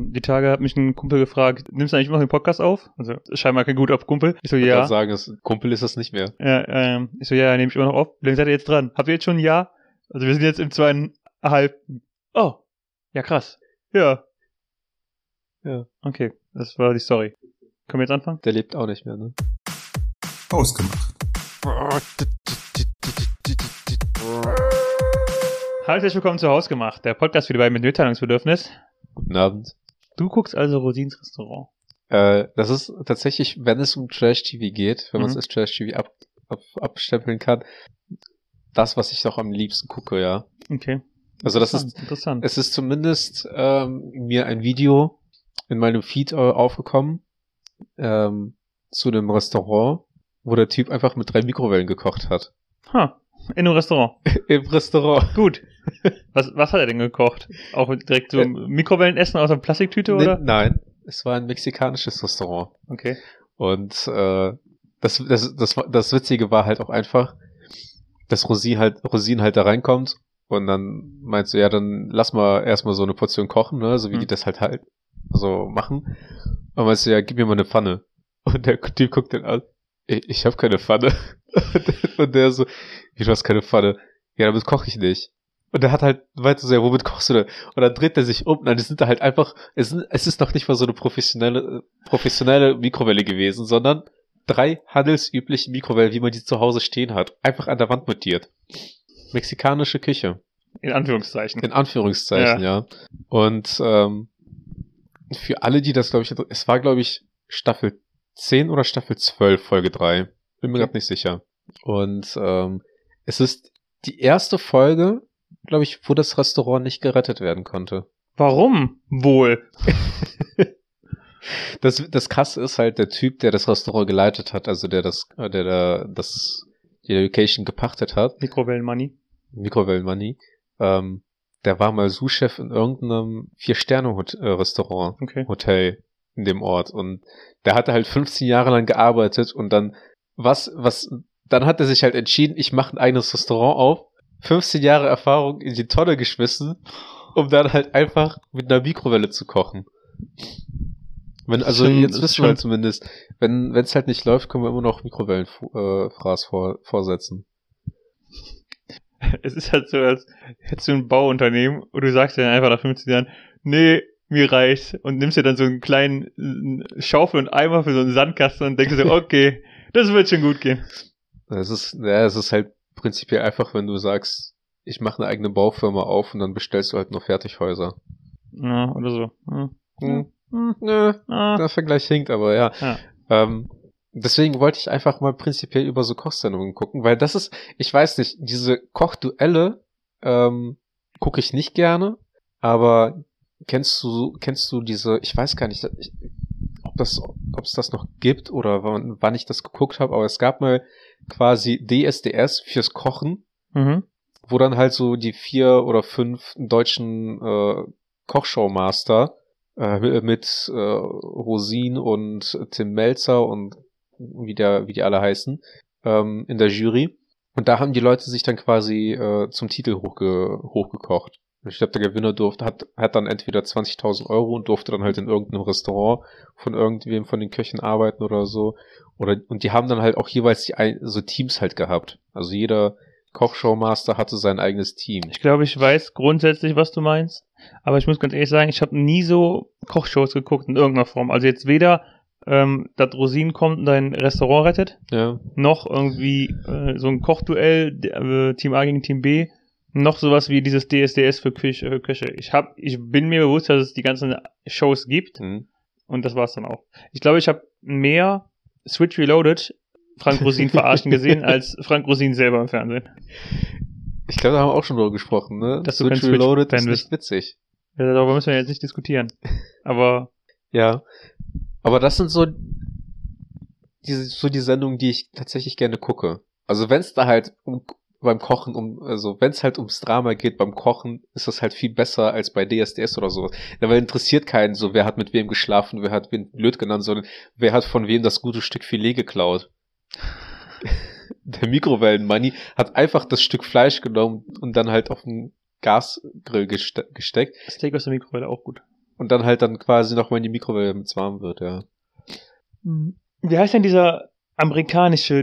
Die Tage hat mich ein Kumpel gefragt, nimmst du eigentlich immer noch den Podcast auf? Also scheinbar kein guter Kumpel. Ich so, Ich ja. würde sagen, Kumpel ist das nicht mehr. Ich so, ja, nehme ich immer noch auf. Wie lange seid ihr jetzt dran? Habt ihr jetzt schon ein Jahr? Also wir sind jetzt im 2,5. Oh, ja krass. Ja. Okay, das war die Story. Können wir jetzt anfangen? Der lebt auch nicht mehr, ne? Ausgemacht. Herzlich willkommen zu Hausgemacht, der Podcast für die beiden mit Mitteilungsbedürfnis. Guten Abend. Du guckst also Rosins Restaurant. Das ist tatsächlich, wenn es um Trash-TV geht, wenn man es als Trash-TV abstempeln kann, das, was ich doch am liebsten gucke, ja. Okay. Also das ist interessant. Es ist zumindest mir ein Video in meinem Feed aufgekommen zu einem Restaurant, wo der Typ einfach mit 3 Mikrowellen gekocht hat. In einem Restaurant. Im Restaurant. Gut. Was hat er denn gekocht? Auch direkt so Mikrowellenessen aus einer Plastiktüte, oder? Nein, es war ein mexikanisches Restaurant. Okay. Und das Witzige war halt auch einfach, dass Rosin halt da reinkommt und dann meinst du, ja, dann lass mal erstmal so eine Portion kochen, ne, so wie die das halt so machen. Und meinst du, ja, gib mir mal eine Pfanne. Und der Typ guckt den an, ich habe keine Pfanne. Und der so, du hast keine Pfanne. Ja, damit koche ich nicht. Und der hat halt, weißt du so, ja, womit kochst du denn? Und dann dreht er sich um, nein, es sind da halt einfach, es ist noch nicht mal so eine professionelle Mikrowelle gewesen, sondern 3 handelsübliche Mikrowellen, wie man die zu Hause stehen hat. Einfach an der Wand montiert. Mexikanische Küche. In Anführungszeichen. In Anführungszeichen, ja. Und für alle, die das, glaube ich, es war, glaube ich, Staffel 10 oder Staffel 12, Folge 3. Bin mir gerade nicht sicher. Und es ist die erste Folge, glaube ich, wo das Restaurant nicht gerettet werden konnte. Warum wohl? Das Krasse ist halt, der Typ, der das Restaurant geleitet hat, also die Location gepachtet hat. Mikrowellenmoney, der war mal Sous-Chef in irgendeinem 4-Sterne-Restaurant, Hotel in dem Ort. Und der hatte halt 15 Jahre lang gearbeitet und dann dann hat er sich halt entschieden, ich mache ein eigenes Restaurant auf, 15 Jahre Erfahrung in die Tonne geschmissen, um dann halt einfach mit einer Mikrowelle zu kochen. Jetzt wissen wir halt zumindest, wenn es halt nicht läuft, können wir immer noch Mikrowellenfraß vorsetzen. Es ist halt so, als hättest du ein Bauunternehmen und du sagst dir dann einfach nach 15 Jahren, nee, mir reicht, und nimmst dir dann so einen kleinen Schaufel und Eimer für so einen Sandkasten und denkst dir so, okay, das wird schon gut gehen. Es ist halt prinzipiell einfach, wenn du sagst, ich mache eine eigene Baufirma auf und dann bestellst du halt nur Fertighäuser. Ja, oder so. Der Vergleich hinkt, aber ja. Deswegen wollte ich einfach mal prinzipiell über so Kochsendungen gucken, weil das ist, ich weiß nicht, diese Kochduelle gucke ich nicht gerne, aber kennst du diese, ich weiß gar nicht, ob es das noch gibt oder wann ich das geguckt habe, aber es gab mal quasi DSDS fürs Kochen, wo dann halt so die 4 oder 5 deutschen Kochshowmaster mit Rosin und Tim Melzer und wie die alle heißen, in der Jury. Und da haben die Leute sich dann quasi zum Titel hochgekocht. Ich glaube, der Gewinner hat dann entweder 20.000 Euro und durfte dann halt in irgendeinem Restaurant von irgendwem von den Köchen arbeiten oder so. Und die haben dann halt auch jeweils so Teams halt gehabt. Also jeder Kochshowmaster hatte sein eigenes Team. Ich glaube, ich weiß grundsätzlich, was du meinst. Aber ich muss ganz ehrlich sagen, ich habe nie so Kochshows geguckt in irgendeiner Form. Also jetzt weder, dass Rosin kommt und dein Restaurant rettet, noch irgendwie so ein Kochduell, Team A gegen Team B, noch sowas wie dieses DSDS für Köche. Ich bin mir bewusst, dass es die ganzen Shows gibt. Und das war's dann auch. Ich glaube, ich habe mehr Switch Reloaded Frank Rosin verarschen gesehen, als Frank Rosin selber im Fernsehen. Ich glaube, da haben wir auch schon drüber gesprochen, ne? Dass du kein Switch-Fan ist nicht witzig. Ja, darüber müssen wir jetzt nicht diskutieren. Aber ja. Aber das sind so die Sendungen, die ich tatsächlich gerne gucke. Also wenn es da halt beim Kochen wenn es halt ums Drama geht beim Kochen, ist das halt viel besser als bei DSDS oder sowas. Dabei interessiert keinen so, wer hat mit wem geschlafen, wer hat wen blöd genannt, sondern wer hat von wem das gute Stück Filet geklaut. Der Mikrowellenmanni hat einfach das Stück Fleisch genommen und dann halt auf den Gasgrill gesteckt. Steak aus der Mikrowelle auch gut. und dann halt dann quasi nochmal in die Mikrowelle, damit es warm wird, ja. Wie heißt denn dieses amerikanische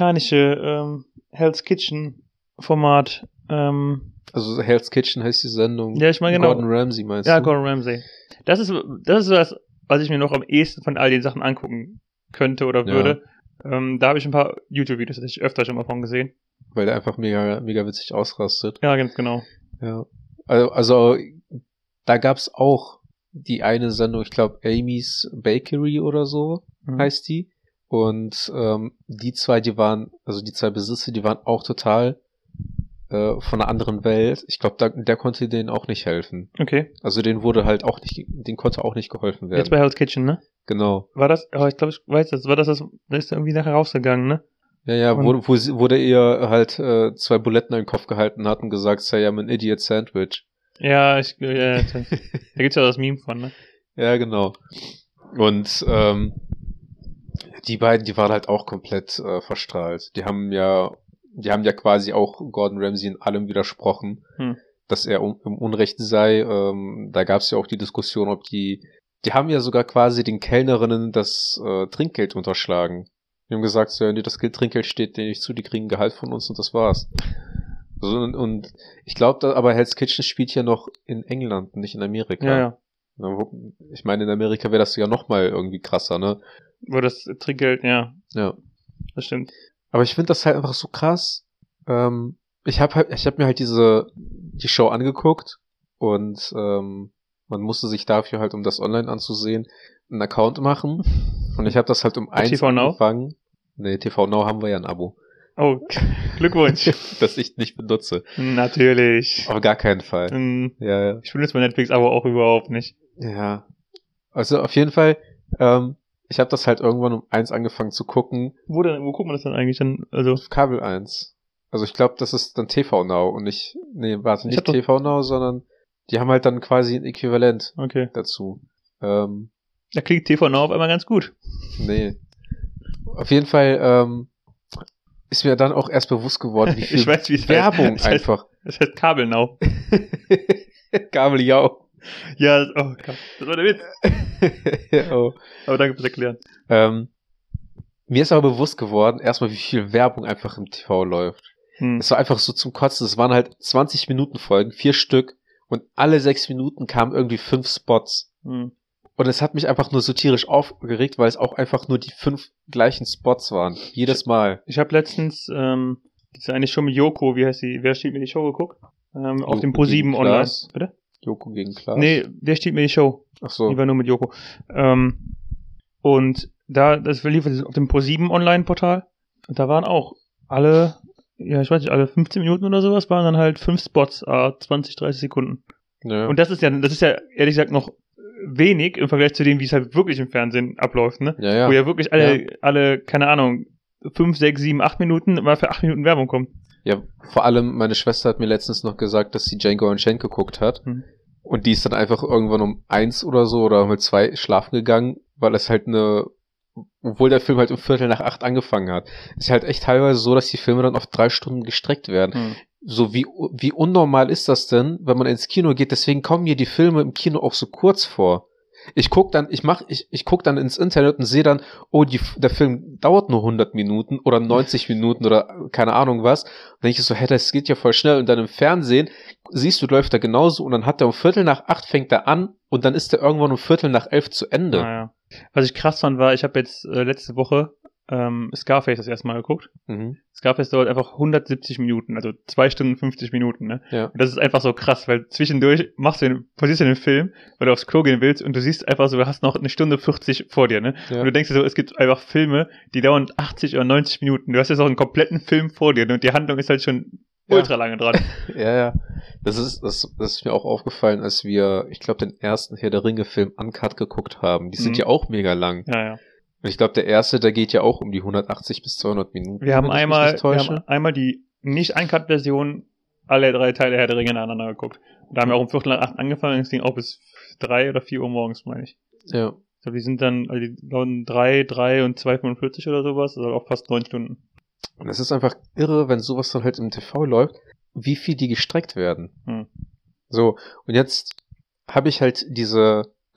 Hell's Kitchen Format? Also Hell's Kitchen heißt die Sendung. Ja, ich meine genau. Gordon Ramsay meinst du? Ja, Gordon Ramsay. Das ist so das, was ich mir noch am ehesten von all den Sachen angucken könnte oder würde. Da habe ich ein paar YouTube-Videos tatsächlich öfter schon mal von gesehen. Weil der einfach mega, mega witzig ausrastet. Ja, ganz genau. Ja. Also da gab's auch die eine Sendung, ich glaube Amy's Bakery oder so heißt die. Und die zwei Besitzer, die waren auch total von einer anderen Welt. Ich glaube, der konnte denen auch nicht helfen. Okay. Also denen konnte auch nicht geholfen werden. Jetzt bei Hell's Kitchen, ne? Genau. War das, ich glaube, ich weiß das, da ist irgendwie nachher rausgegangen, ne? Ja, wo der ihr halt 2 Buletten in den Kopf gehalten hat und gesagt, say I'm an idiot sandwich. Ja, da gibt's ja das Meme von, ne? Ja, genau. Und die beiden, die waren halt auch komplett verstrahlt. Die haben ja quasi auch Gordon Ramsay in allem widersprochen, dass er im Unrecht sei. Da gab es ja auch die Diskussion, ob die haben ja sogar quasi den Kellnerinnen das Trinkgeld unterschlagen. Die haben gesagt, so, nee, das Trinkgeld steht denen nicht zu, die kriegen Gehalt von uns und das war's. Also, und ich glaube, aber Hell's Kitchen spielt ja noch in England, nicht in Amerika. Ja. Ich meine, in Amerika wäre das ja noch mal irgendwie krasser, ne? Wo das Trinkgeld, ja. Ja. Das stimmt. Aber ich finde das halt einfach so krass. Ich hab mir halt die Show angeguckt und man musste sich dafür halt, um das online anzusehen, einen Account machen. Und ich habe das halt um 1 angefangen. Nee, TV Now haben wir ja ein Abo. Oh, Glückwunsch. Das ich nicht benutze. Natürlich. Auf gar keinen Fall. Ja. Ich benutze mein Netflix-Abo auch überhaupt nicht. Ja. Also auf jeden Fall, ich habe das halt irgendwann um 1 angefangen zu gucken. Wo guckt man das dann eigentlich dann? Also auf Kabel 1. Also ich glaube, das ist dann TV Now und nicht TV Now, sondern die haben halt dann quasi ein Äquivalent dazu. Da klingt TV Now auf einmal ganz gut. Nee. Auf jeden Fall ist mir dann auch erst bewusst geworden, wie viel Werbung einfach. Das heißt Kabel Now. Kabeljau. Ja, oh Gott, das war der Witz. Ja, oh. Aber danke fürs Erklären. Mir ist aber bewusst geworden, erstmal, wie viel Werbung einfach im TV läuft. Es war einfach so zum Kotzen. Es waren halt 20 Minuten Folgen, 4 Stück, und alle 6 Minuten kamen irgendwie 5 Spots. Und es hat mich einfach nur so tierisch aufgeregt, weil es auch einfach nur die 5 gleichen Spots waren. Jedes Mal. Ich habe letztens, diese eine Show mit Joko, wie heißt die? Wer steht mir die Show geguckt? Auf dem Pro7 online. Bitte? Joko gegen Klaas? Nee, wer steht mir die Show? Ach so. Die war nur mit Joko. Und das lief auf dem Pro7 Online-Portal. Und da waren auch alle 15 Minuten oder sowas, waren dann halt 5 Spots, 20, 30 Sekunden. Ja. Und das ist ja ehrlich gesagt noch wenig im Vergleich zu dem, wie es halt wirklich im Fernsehen abläuft, ne? Ja. Wo ja wirklich alle, keine Ahnung, 5, 6, 7, 8 Minuten mal für 8 Minuten Werbung kommt. Ja, vor allem meine Schwester hat mir letztens noch gesagt, dass sie Django Unchained geguckt hat. Und die ist dann einfach irgendwann um 1 oder so oder um 2 schlafen gegangen, weil es halt obwohl der Film halt um 7:45 angefangen hat. Ist halt echt teilweise so, dass die Filme dann auf 3 Stunden gestreckt werden. So wie unnormal ist das denn, wenn man ins Kino geht? Deswegen kommen mir die Filme im Kino auch so kurz vor. Ich guck dann ins Internet und sehe dann, der Film dauert nur 100 Minuten oder 90 Minuten oder keine Ahnung was. Dann denke ich so, das geht ja voll schnell. Und dann im Fernsehen siehst du, läuft er genauso und dann hat er um 7:45 fängt er an und dann ist er irgendwann um 11:45 zu Ende. Naja. Was ich krass fand, war, ich habe jetzt letzte Woche Scarface das erste Mal geguckt. Scarface dauert einfach 170 Minuten, also 2 Stunden 50 Minuten, ne? Ja. Und das ist einfach so krass, weil zwischendurch pausierst du den Film, weil du aufs Klo gehen willst und du siehst einfach so, du hast noch 1:40 vor dir, ne? Ja. Und du denkst dir so, es gibt einfach Filme, die dauern 80 oder 90 Minuten. Du hast jetzt auch einen kompletten Film vor dir, ne? Und die Handlung ist halt schon ultra lange dran. Ja. Das ist mir auch aufgefallen, als wir, ich glaube, den ersten Herr der Ringe-Film Uncut geguckt haben. Die sind ja auch mega lang. Ja. Und ich glaube, der erste, der geht ja auch um die 180 bis 200 Minuten. Wir haben einmal die nicht-Uncut-Version alle 3 Teile Herr der Ringe nacheinander geguckt. Da haben wir auch um 7:45 angefangen, es ging auch bis 3 oder 4 Uhr morgens, meine ich. Ja. So, die sind dann, also die dauern 3 und 2:45 oder sowas, also auch fast 9 Stunden. Und es ist einfach irre, wenn sowas dann halt im TV läuft, wie viel die gestreckt werden. So, und jetzt habe ich halt diese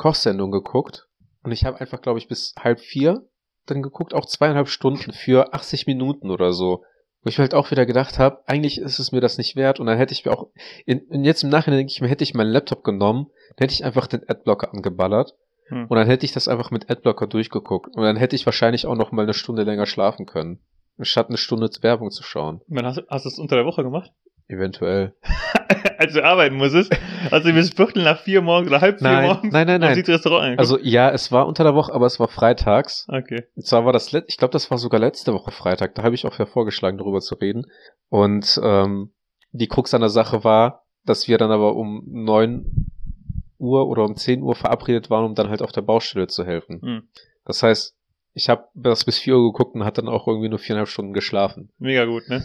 Kochsendung geguckt und ich habe einfach, glaube ich, bis 3:30 dann geguckt, auch 2,5 Stunden für 80 Minuten oder so. Wo ich mir halt auch wieder gedacht habe, eigentlich ist es mir das nicht wert und dann hätte ich mir auch, jetzt im Nachhinein denke ich mir, hätte ich meinen Laptop genommen, dann hätte ich einfach den Adblocker angeballert und dann hätte ich das einfach mit Adblocker durchgeguckt und dann hätte ich wahrscheinlich auch noch mal eine Stunde länger schlafen können, statt eine Stunde Werbung zu schauen. Hast du das unter der Woche gemacht? Eventuell. Als du arbeiten musstest? Hast du bis 3:45 morgens oder 3:30 morgens? Nein. Ins Restaurant angeguckt? Also ja, es war unter der Woche, aber es war freitags. Okay. Und zwar war das ich glaube, das war sogar letzte Woche Freitag. Da habe ich auch ja vorgeschlagen, darüber zu reden. Und die Krux an der Sache war, dass wir dann aber um 9 Uhr oder um 10 Uhr verabredet waren, um dann halt auf der Baustelle zu helfen. Das heißt, ich habe das bis 4 Uhr geguckt und hat dann auch irgendwie nur 4,5 Stunden geschlafen. Mega gut, ne?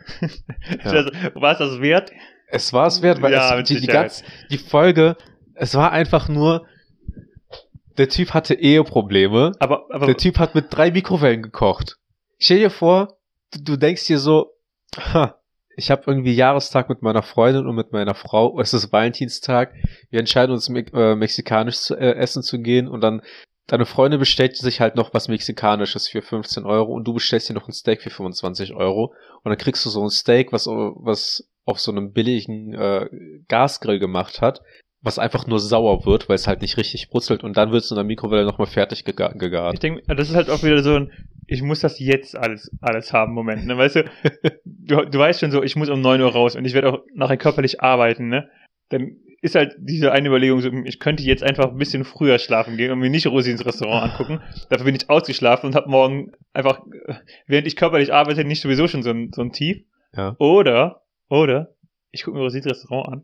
Ja. War es das wert? Es war es wert, weil ja, die Folge, es war einfach nur, der Typ hatte Eheprobleme, aber der Typ hat mit 3 Mikrowellen gekocht. Stell dir vor, du denkst dir so, ich habe irgendwie Jahrestag mit meiner Freundin und mit meiner Frau, es ist Valentinstag, wir entscheiden uns mexikanisch essen zu gehen und dann deine Freundin bestellt sich halt noch was Mexikanisches für 15 Euro und du bestellst dir noch ein Steak für 25 Euro und dann kriegst du so ein Steak, was auf so einem billigen Gasgrill gemacht hat, was einfach nur sauer wird, weil es halt nicht richtig brutzelt und dann wird es in der Mikrowelle nochmal fertig gegart. Ich denke, das ist halt auch wieder so ein, ich muss das jetzt alles haben Moment, ne, weißt du weißt schon so, ich muss um 9 Uhr raus und ich werde auch nachher körperlich arbeiten, ne, dann ist halt diese eine Überlegung so, ich könnte jetzt einfach ein bisschen früher schlafen gehen und mir nicht Rosi ins Restaurant angucken. Dafür bin ich ausgeschlafen und habe morgen einfach, während ich körperlich arbeite, nicht sowieso schon so ein Tief. Ja. Oder, ich gucke mir Rosi ins Restaurant an.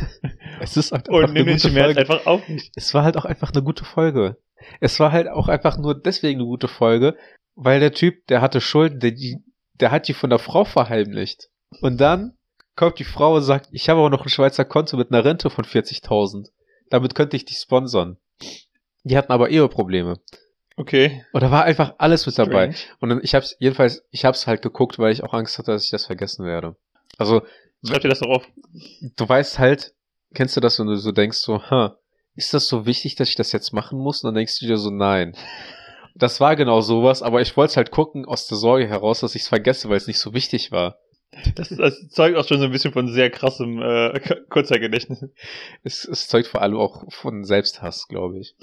Es ist halt und nehme den Schmerz einfach auf mich. Es war halt auch einfach eine gute Folge. Es war halt auch einfach nur deswegen eine gute Folge, weil der Typ, der hatte Schulden, der hat die von der Frau verheimlicht. Und dann kommt die Frau und sagt, ich habe aber noch ein Schweizer Konto mit einer Rente von 40.000. Damit könnte ich dich sponsern. Die hatten aber Eheprobleme. Okay. Und da war einfach alles mit dabei. Strange. Und dann, ich hab's halt geguckt, weil ich auch Angst hatte, dass ich das vergessen werde. Also, schreib dir das doch auf. Du weißt halt, kennst du das, wenn du so denkst, so, ist das so wichtig, dass ich das jetzt machen muss? Und dann denkst du dir so, nein. Das war genau sowas, aber ich wollte es halt gucken aus der Sorge heraus, dass ich es vergesse, weil es nicht so wichtig war. Das zeugt auch schon so ein bisschen von sehr krassem Kurzzeitgedächtnis. Es zeugt vor allem auch von Selbsthass, glaube ich.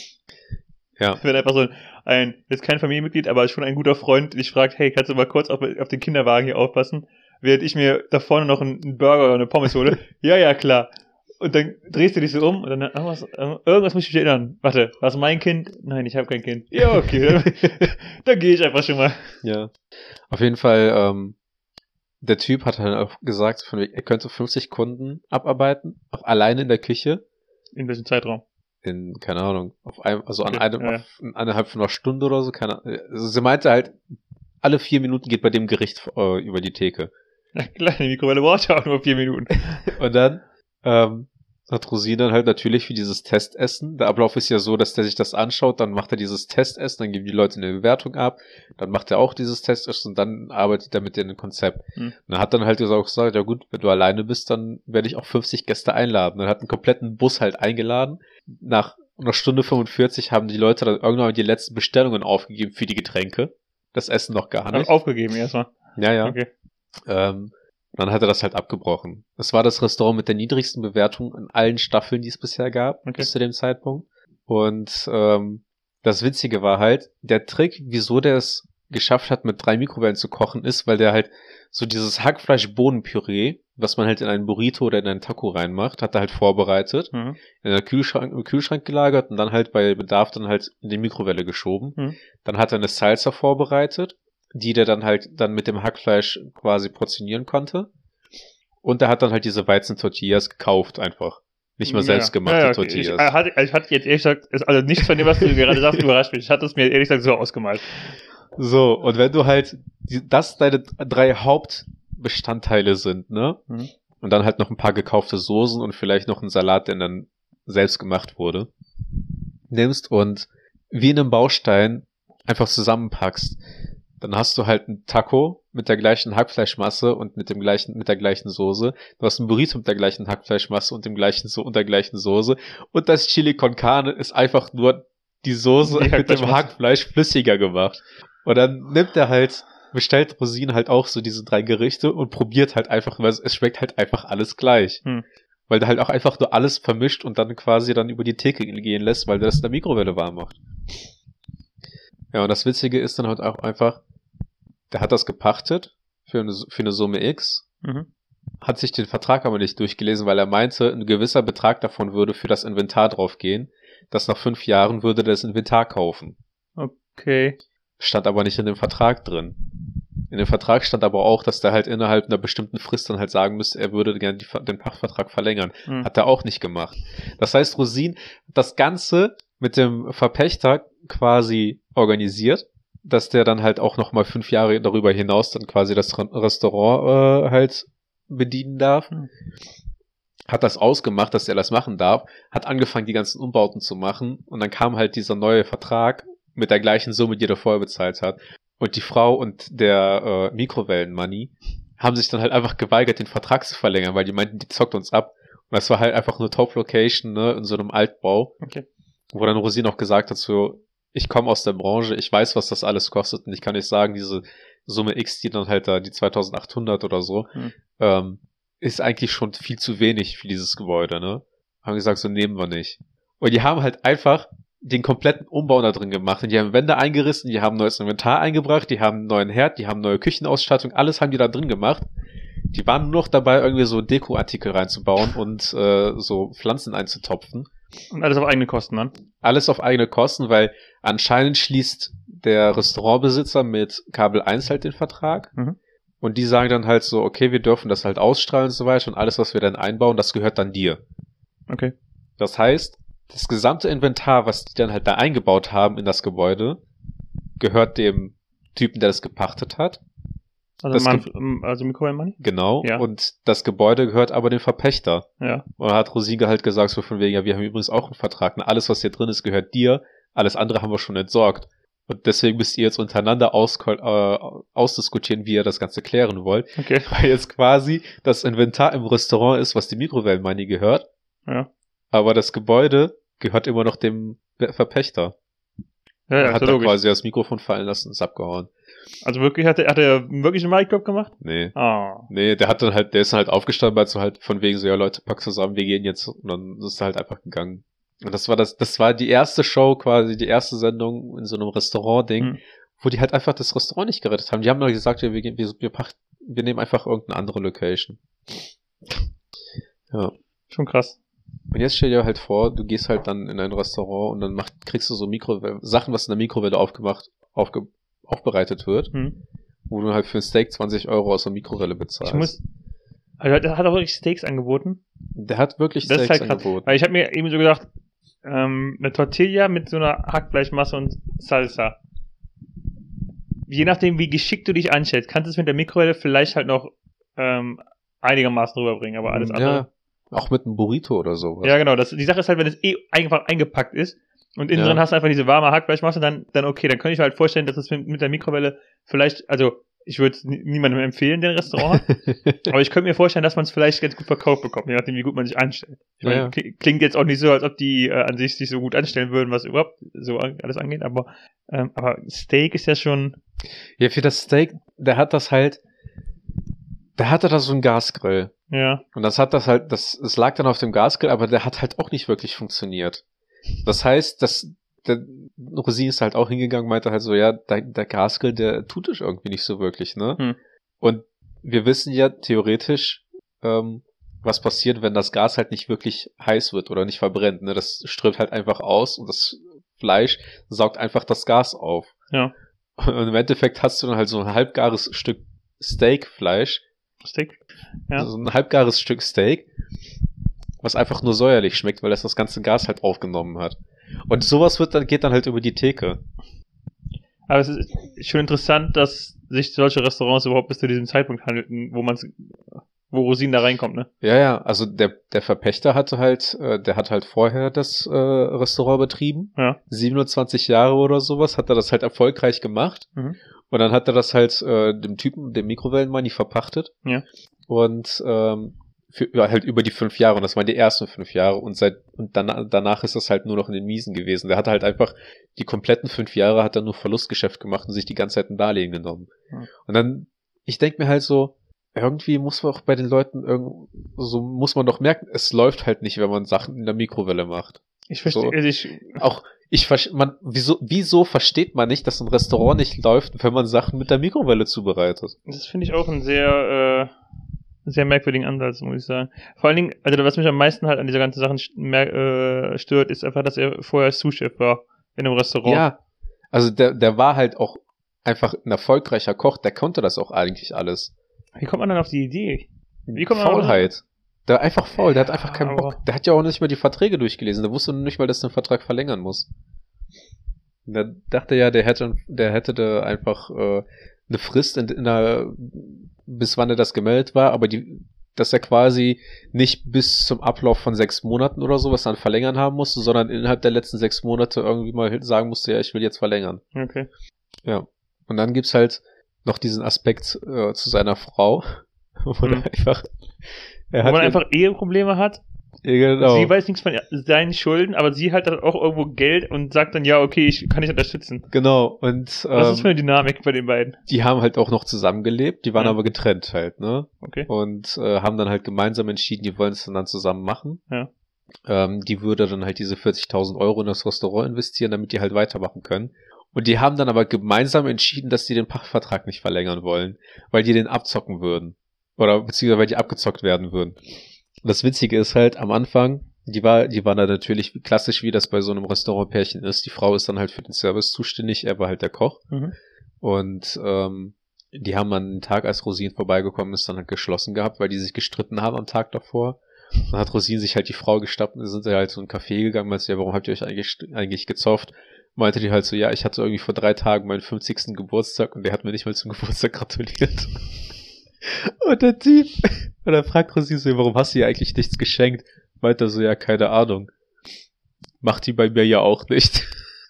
Ja. Wenn einfach so jetzt kein Familienmitglied, aber schon ein guter Freund dich fragt, hey, kannst du mal kurz auf den Kinderwagen hier aufpassen, während ich mir da vorne noch einen Burger oder eine Pommes hole? Ja, klar. Und dann drehst du dich so um und dann irgendwas muss ich mich erinnern. Warte, war es mein Kind? Nein, ich habe kein Kind. Ja, okay. Dann gehe ich einfach schon mal. Ja. Auf jeden Fall, der Typ hat halt auch gesagt, er könnte 50 Kunden abarbeiten, auch alleine in der Küche. In welchem Zeitraum? Keine Ahnung, innerhalb von einer Stunde oder so, also sie meinte halt, alle 4 Minuten geht bei dem Gericht über die Theke. Na klar, die Mikrowelle braucht ja auch nur 4 Minuten. Und dann hat Rosi dann halt natürlich für dieses Testessen. Der Ablauf ist ja so, dass der sich das anschaut, dann macht er dieses Testessen, dann geben die Leute eine Bewertung ab, dann macht er auch dieses Testessen und dann arbeitet er mit denen ein Konzept. Und er hat dann halt auch gesagt, ja gut, wenn du alleine bist, dann werde ich auch 50 Gäste einladen. Dann hat einen kompletten Bus halt eingeladen. Nach einer Stunde 45 haben die Leute dann irgendwann die letzten Bestellungen aufgegeben für die Getränke. Das Essen noch gar nicht. Aufgegeben erstmal. Ja. Okay. Dann hat er das halt abgebrochen. Das war das Restaurant mit der niedrigsten Bewertung in allen Staffeln, die es bisher gab, bis zu dem Zeitpunkt. Und das Witzige war halt, der Trick, wieso der es geschafft hat, mit 3 Mikrowellen zu kochen, ist, weil der halt so dieses Hackfleisch-Bohnen-Püree, was man halt in einen Burrito oder in einen Taco reinmacht, hat er halt vorbereitet, im Kühlschrank gelagert und dann halt bei Bedarf dann halt in die Mikrowelle geschoben. Dann hat er eine Salsa vorbereitet, die der dann halt mit dem Hackfleisch quasi portionieren konnte. Und er hat dann halt diese Weizentortillas gekauft einfach. Nicht mal selbstgemachte Tortillas. Ich hatte jetzt ehrlich gesagt, also nichts von dem, was du gerade sagst, überrascht mich. Ich hatte es mir ehrlich gesagt so ausgemalt. So, und wenn du halt, deine 3 Hauptbestandteile sind, ne? Und dann halt noch ein paar gekaufte Soßen und vielleicht noch einen Salat, der dann selbst gemacht wurde, nimmst und wie in einem Baustein einfach zusammenpackst. Dann hast du halt ein Taco mit der gleichen Hackfleischmasse und mit der gleichen Soße. Du hast ein Burrito mit der gleichen Hackfleischmasse und der gleichen Soße. Und das Chili con Carne ist einfach nur die Soße mit dem Hackfleisch flüssiger gemacht. Und dann bestellt Rosinen halt auch so diese 3 Gerichte und probiert halt einfach, weil es schmeckt halt einfach alles gleich. Weil der halt auch einfach nur alles vermischt und dann quasi dann über die Theke gehen lässt, weil der das in der Mikrowelle warm macht. Ja, und das Witzige ist dann halt auch einfach, der hat das gepachtet für eine Summe X, hat sich den Vertrag aber nicht durchgelesen, weil er meinte, ein gewisser Betrag davon würde für das Inventar draufgehen, dass nach 5 Jahren würde der das Inventar kaufen. Okay. Stand aber nicht in dem Vertrag drin. In dem Vertrag stand aber auch, dass der halt innerhalb einer bestimmten Frist dann halt sagen müsste, er würde gerne den Pachtvertrag verlängern. Hat er auch nicht gemacht. Das heißt, Rosin hat das Ganze mit dem Verpächter quasi organisiert, dass der dann halt auch nochmal 5 Jahre darüber hinaus dann quasi das Restaurant halt bedienen darf. Hat das ausgemacht, dass er das machen darf, hat angefangen, die ganzen Umbauten zu machen und dann kam halt dieser neue Vertrag mit der gleichen Summe, die er vorher bezahlt hat. Und die Frau und der Mikrowellen-Money haben sich dann halt einfach geweigert, den Vertrag zu verlängern, weil die meinten, die zockt uns ab. Und das war halt einfach eine Top-Location, ne, in so einem Altbau. Okay. Wo dann Rosin auch gesagt hat, so, ich komme aus der Branche, ich weiß, was das alles kostet und ich kann nicht sagen, diese Summe X, die dann halt da, die 2.800 oder so, ist eigentlich schon viel zu wenig für dieses Gebäude, ne. Haben gesagt, so nehmen wir nicht. Und die haben halt einfach den kompletten Umbau da drin gemacht. Und die haben Wände eingerissen, die haben neues Inventar eingebracht, die haben einen neuen Herd, die haben neue Küchenausstattung, alles haben die da drin gemacht. Die waren nur noch dabei, irgendwie so Dekoartikel reinzubauen und so Pflanzen einzutopfen. Und alles auf eigene Kosten dann? Alles auf eigene Kosten, weil anscheinend schließt der Restaurantbesitzer mit Kabel 1 halt den Vertrag. Und die sagen dann halt so, okay, wir dürfen das halt ausstrahlen und so weiter und alles, was wir dann einbauen, das gehört dann dir. Okay. Das heißt, das gesamte Inventar, was die dann halt da eingebaut haben in das Gebäude, gehört dem Typen, der das gepachtet hat. Also Mikrowellen-Money? Genau. Ja. Und das Gebäude gehört aber dem Verpächter. Ja. Und da hat Rosine halt gesagt, so von wegen, ja, wir haben übrigens auch einen Vertrag. Und alles, was hier drin ist, gehört dir. Alles andere haben wir schon entsorgt. Und deswegen müsst ihr jetzt untereinander ausdiskutieren, wie ihr das Ganze klären wollt. Okay. Weil jetzt quasi das Inventar im Restaurant ist, was dem Mikrowellen-Money gehört. Ja. Aber das Gebäude gehört immer noch dem Verpächter. Ja, er hat da quasi das Mikrofon fallen lassen und ist abgehauen. Also wirklich, hat er wirklich einen Mic-Drop gemacht? Nee. Nee, der ist dann halt aufgestanden, weil so halt von wegen so, ja Leute, pack zusammen, wir gehen jetzt. Und dann ist er halt einfach gegangen. Und das war die erste Show quasi, die erste Sendung in so einem Restaurant-Ding, wo die halt einfach das Restaurant nicht gerettet haben. Die haben dann gesagt, ja, wir nehmen einfach irgendeine andere Location. Ja. Schon krass. Und jetzt stell dir halt vor, du gehst halt dann in ein Restaurant und dann kriegst du so Sachen, was in der Mikrowelle aufbereitet wird, wo du halt für ein Steak 20 € aus der Mikrowelle bezahlst. Also der hat auch wirklich Steaks angeboten? Der hat wirklich Steaks halt angeboten. Weil ich habe mir eben so gedacht, eine Tortilla mit so einer Hackfleischmasse und Salsa. Je nachdem, wie geschickt du dich anstellst, kannst du es mit der Mikrowelle vielleicht halt noch einigermaßen rüberbringen, aber alles andere... Ja. Auch mit einem Burrito oder sowas. Ja, genau. Die Sache ist halt, wenn es einfach eingepackt ist und innen drin hast du einfach diese warme Hackfleischmasse, dann okay, dann könnte ich mir halt vorstellen, dass es mit der Mikrowelle vielleicht, also ich würde es niemandem empfehlen, den Restaurant, aber ich könnte mir vorstellen, dass man es vielleicht ganz gut verkauft bekommt, je nachdem, wie gut man sich anstellt. Ich meine, klingt jetzt auch nicht so, als ob die an sich so gut anstellen würden, was überhaupt so alles angeht, aber Steak ist ja schon... Ja, für das Steak, der hatte da so einen Gasgrill. Ja. Und es lag dann auf dem Gasgrill, aber der hat halt auch nicht wirklich funktioniert. Das heißt, der Rosin ist halt auch hingegangen, meinte halt so, ja, der Gasgrill, der tut es irgendwie nicht so wirklich, ne? Und wir wissen ja theoretisch, was passiert, wenn das Gas halt nicht wirklich heiß wird oder nicht verbrennt, ne? Das strömt halt einfach aus und das Fleisch saugt einfach das Gas auf. Ja. Und im Endeffekt hast du dann halt so ein halbgares Stück Steakfleisch. Ja. So ein halbgares Stück Steak, was einfach nur säuerlich schmeckt, weil das ganze Gas halt aufgenommen hat. Und sowas geht dann halt über die Theke. Aber es ist schon interessant, dass sich solche Restaurants überhaupt bis zu diesem Zeitpunkt handelten, wo Rosin da reinkommt, ne? Ja, also der Verpächter der hat halt vorher das Restaurant betrieben. Ja. 27 Jahre oder sowas hat er das halt erfolgreich gemacht. Und dann hat er das halt dem Typen, dem Mikrowellenmann, verpachtet. Ja. Und halt über die 5 Jahre. Und das waren die ersten 5 Jahre. Und danach ist das halt nur noch in den Miesen gewesen. Der hat halt einfach die kompletten 5 Jahre hat er nur Verlustgeschäft gemacht und sich die ganze Zeit ein Darlehen genommen. Ja. Und dann, ich denke mir halt so, irgendwie muss man auch bei den Leuten so muss man doch merken, es läuft halt nicht, wenn man Sachen in der Mikrowelle macht. Ich verstehe, wieso versteht man nicht, dass ein Restaurant nicht läuft, wenn man Sachen mit der Mikrowelle zubereitet? Das finde ich auch ein sehr merkwürdigen Ansatz, muss ich sagen. Vor allen Dingen, also was mich am meisten halt an dieser ganzen Sachen stört, ist einfach, dass er vorher Sous-Chef war in einem Restaurant. Ja, also der war halt auch einfach ein erfolgreicher Koch, der konnte das auch eigentlich alles. Wie kommt man dann auf die Idee? Faulheit. Der einfach faul, der hat einfach keinen Bock. Der hat ja auch nicht mal die Verträge durchgelesen, der wusste nicht mal, dass er den Vertrag verlängern muss. Und der dachte ja, der hätte da einfach eine Frist bis wann er das gemeldet war, aber dass er quasi nicht bis zum Ablauf von 6 Monaten oder sowas dann verlängern haben musste, sondern innerhalb der letzten 6 Monate irgendwie mal sagen musste, ja, ich will jetzt verlängern. Okay. Ja. Und dann gibt's halt noch diesen Aspekt zu seiner Frau, wo man einfach Eheprobleme hat. Ja, genau. Sie weiß nichts von seinen Schulden, aber sie hat dann auch irgendwo Geld und sagt dann, ja, okay, kann ich unterstützen. Genau. Und was ist für eine Dynamik bei den beiden? Die haben halt auch noch zusammengelebt, die waren aber getrennt halt, ne? Okay. Und haben dann halt gemeinsam entschieden, die wollen es dann zusammen machen. Ja. Die würde dann halt diese 40.000 Euro in das Restaurant investieren, damit die halt weitermachen können. Und die haben dann aber gemeinsam entschieden, dass die den Pachtvertrag nicht verlängern wollen, weil die den abzocken würden. Oder beziehungsweise weil die abgezockt werden würden. Und das Witzige ist halt, am Anfang, die war da natürlich klassisch, wie das bei so einem Restaurantpärchen ist. Die Frau ist dann halt für den Service zuständig, er war halt der Koch. Mhm. Und die haben an den Tag, als Rosine vorbeigekommen ist, dann halt geschlossen gehabt, weil die sich gestritten haben am Tag davor. Dann hat Rosine sich halt die Frau geschnappt und sind halt so in ein Café gegangen, meinte, ja, warum habt ihr euch eigentlich gezofft? Meinte die halt so, ja, ich hatte irgendwie vor 3 Tagen meinen 50. Geburtstag und der hat mir nicht mal zum Geburtstag gratuliert. Und der Typ, und dann fragt Rosine so, warum hast du ihr eigentlich nichts geschenkt? Meinte er so, ja, keine Ahnung. Macht die bei mir ja auch nicht.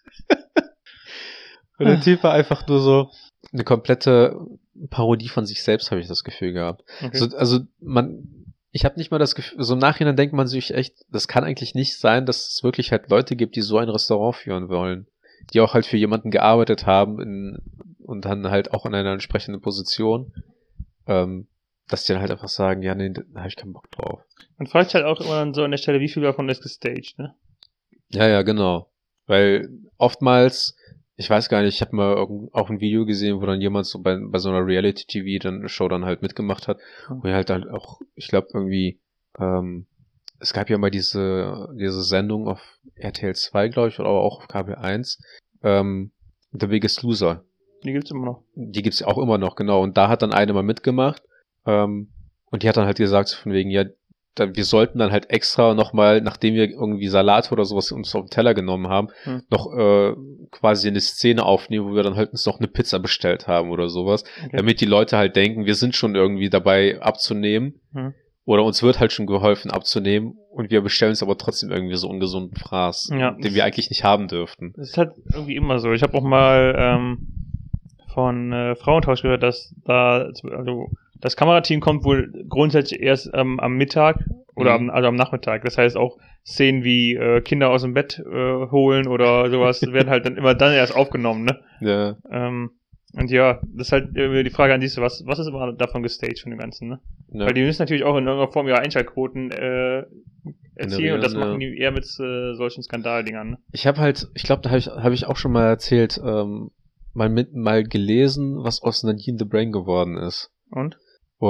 Und der Typ war einfach nur so eine komplette Parodie von sich selbst, habe ich das Gefühl gehabt. Okay. Ich habe nicht mal das Gefühl, so im Nachhinein denkt man sich echt, das kann eigentlich nicht sein, dass es wirklich halt Leute gibt, die so ein Restaurant führen wollen. Die auch halt für jemanden gearbeitet haben und dann halt auch in einer entsprechenden Position, dass die dann halt einfach sagen, ja, nee, da habe ich keinen Bock drauf. Man fragt halt auch immer dann so an der Stelle, wie viel davon ist gestaged, ne? Ja, genau. Weil oftmals, ich weiß gar nicht, ich habe mal auch ein Video gesehen, wo dann jemand so bei so einer Reality-TV-Show dann halt mitgemacht hat, wo er halt auch, ich glaube irgendwie, es gab ja mal diese Sendung auf RTL 2, glaube ich, oder auch auf KB1, The Biggest Loser. Die gibt's immer noch. Die gibt's auch immer noch, genau. Und da hat dann eine mal mitgemacht, und die hat dann halt gesagt, von wegen, ja, wir sollten dann halt extra nochmal, nachdem wir irgendwie Salat oder sowas uns auf den Teller genommen haben, noch quasi eine Szene aufnehmen, wo wir dann halt uns noch eine Pizza bestellt haben oder sowas, damit die Leute halt denken, wir sind schon irgendwie dabei abzunehmen, oder uns wird halt schon geholfen abzunehmen und wir bestellen uns aber trotzdem irgendwie so ungesunden Fraß, den wir eigentlich nicht haben dürften. Das ist halt irgendwie immer so. Ich habe auch mal von Frauentausch gehört, dass das Kamerateam kommt wohl grundsätzlich erst am Mittag oder am Nachmittag. Das heißt auch Szenen wie Kinder aus dem Bett holen oder sowas werden halt dann immer dann erst aufgenommen, ne? Ja. Und ja, das ist halt die Frage an dich, was ist immer davon gestaged von dem Ganzen, ne? Ja. Weil die müssen natürlich auch in irgendeiner Form ihre Einschaltquoten erzielen und das machen die eher mit solchen Skandaldingern, ne? Ich glaube, da hab ich auch schon mal erzählt, mal gelesen, was aus Nadine the Brain geworden ist. Und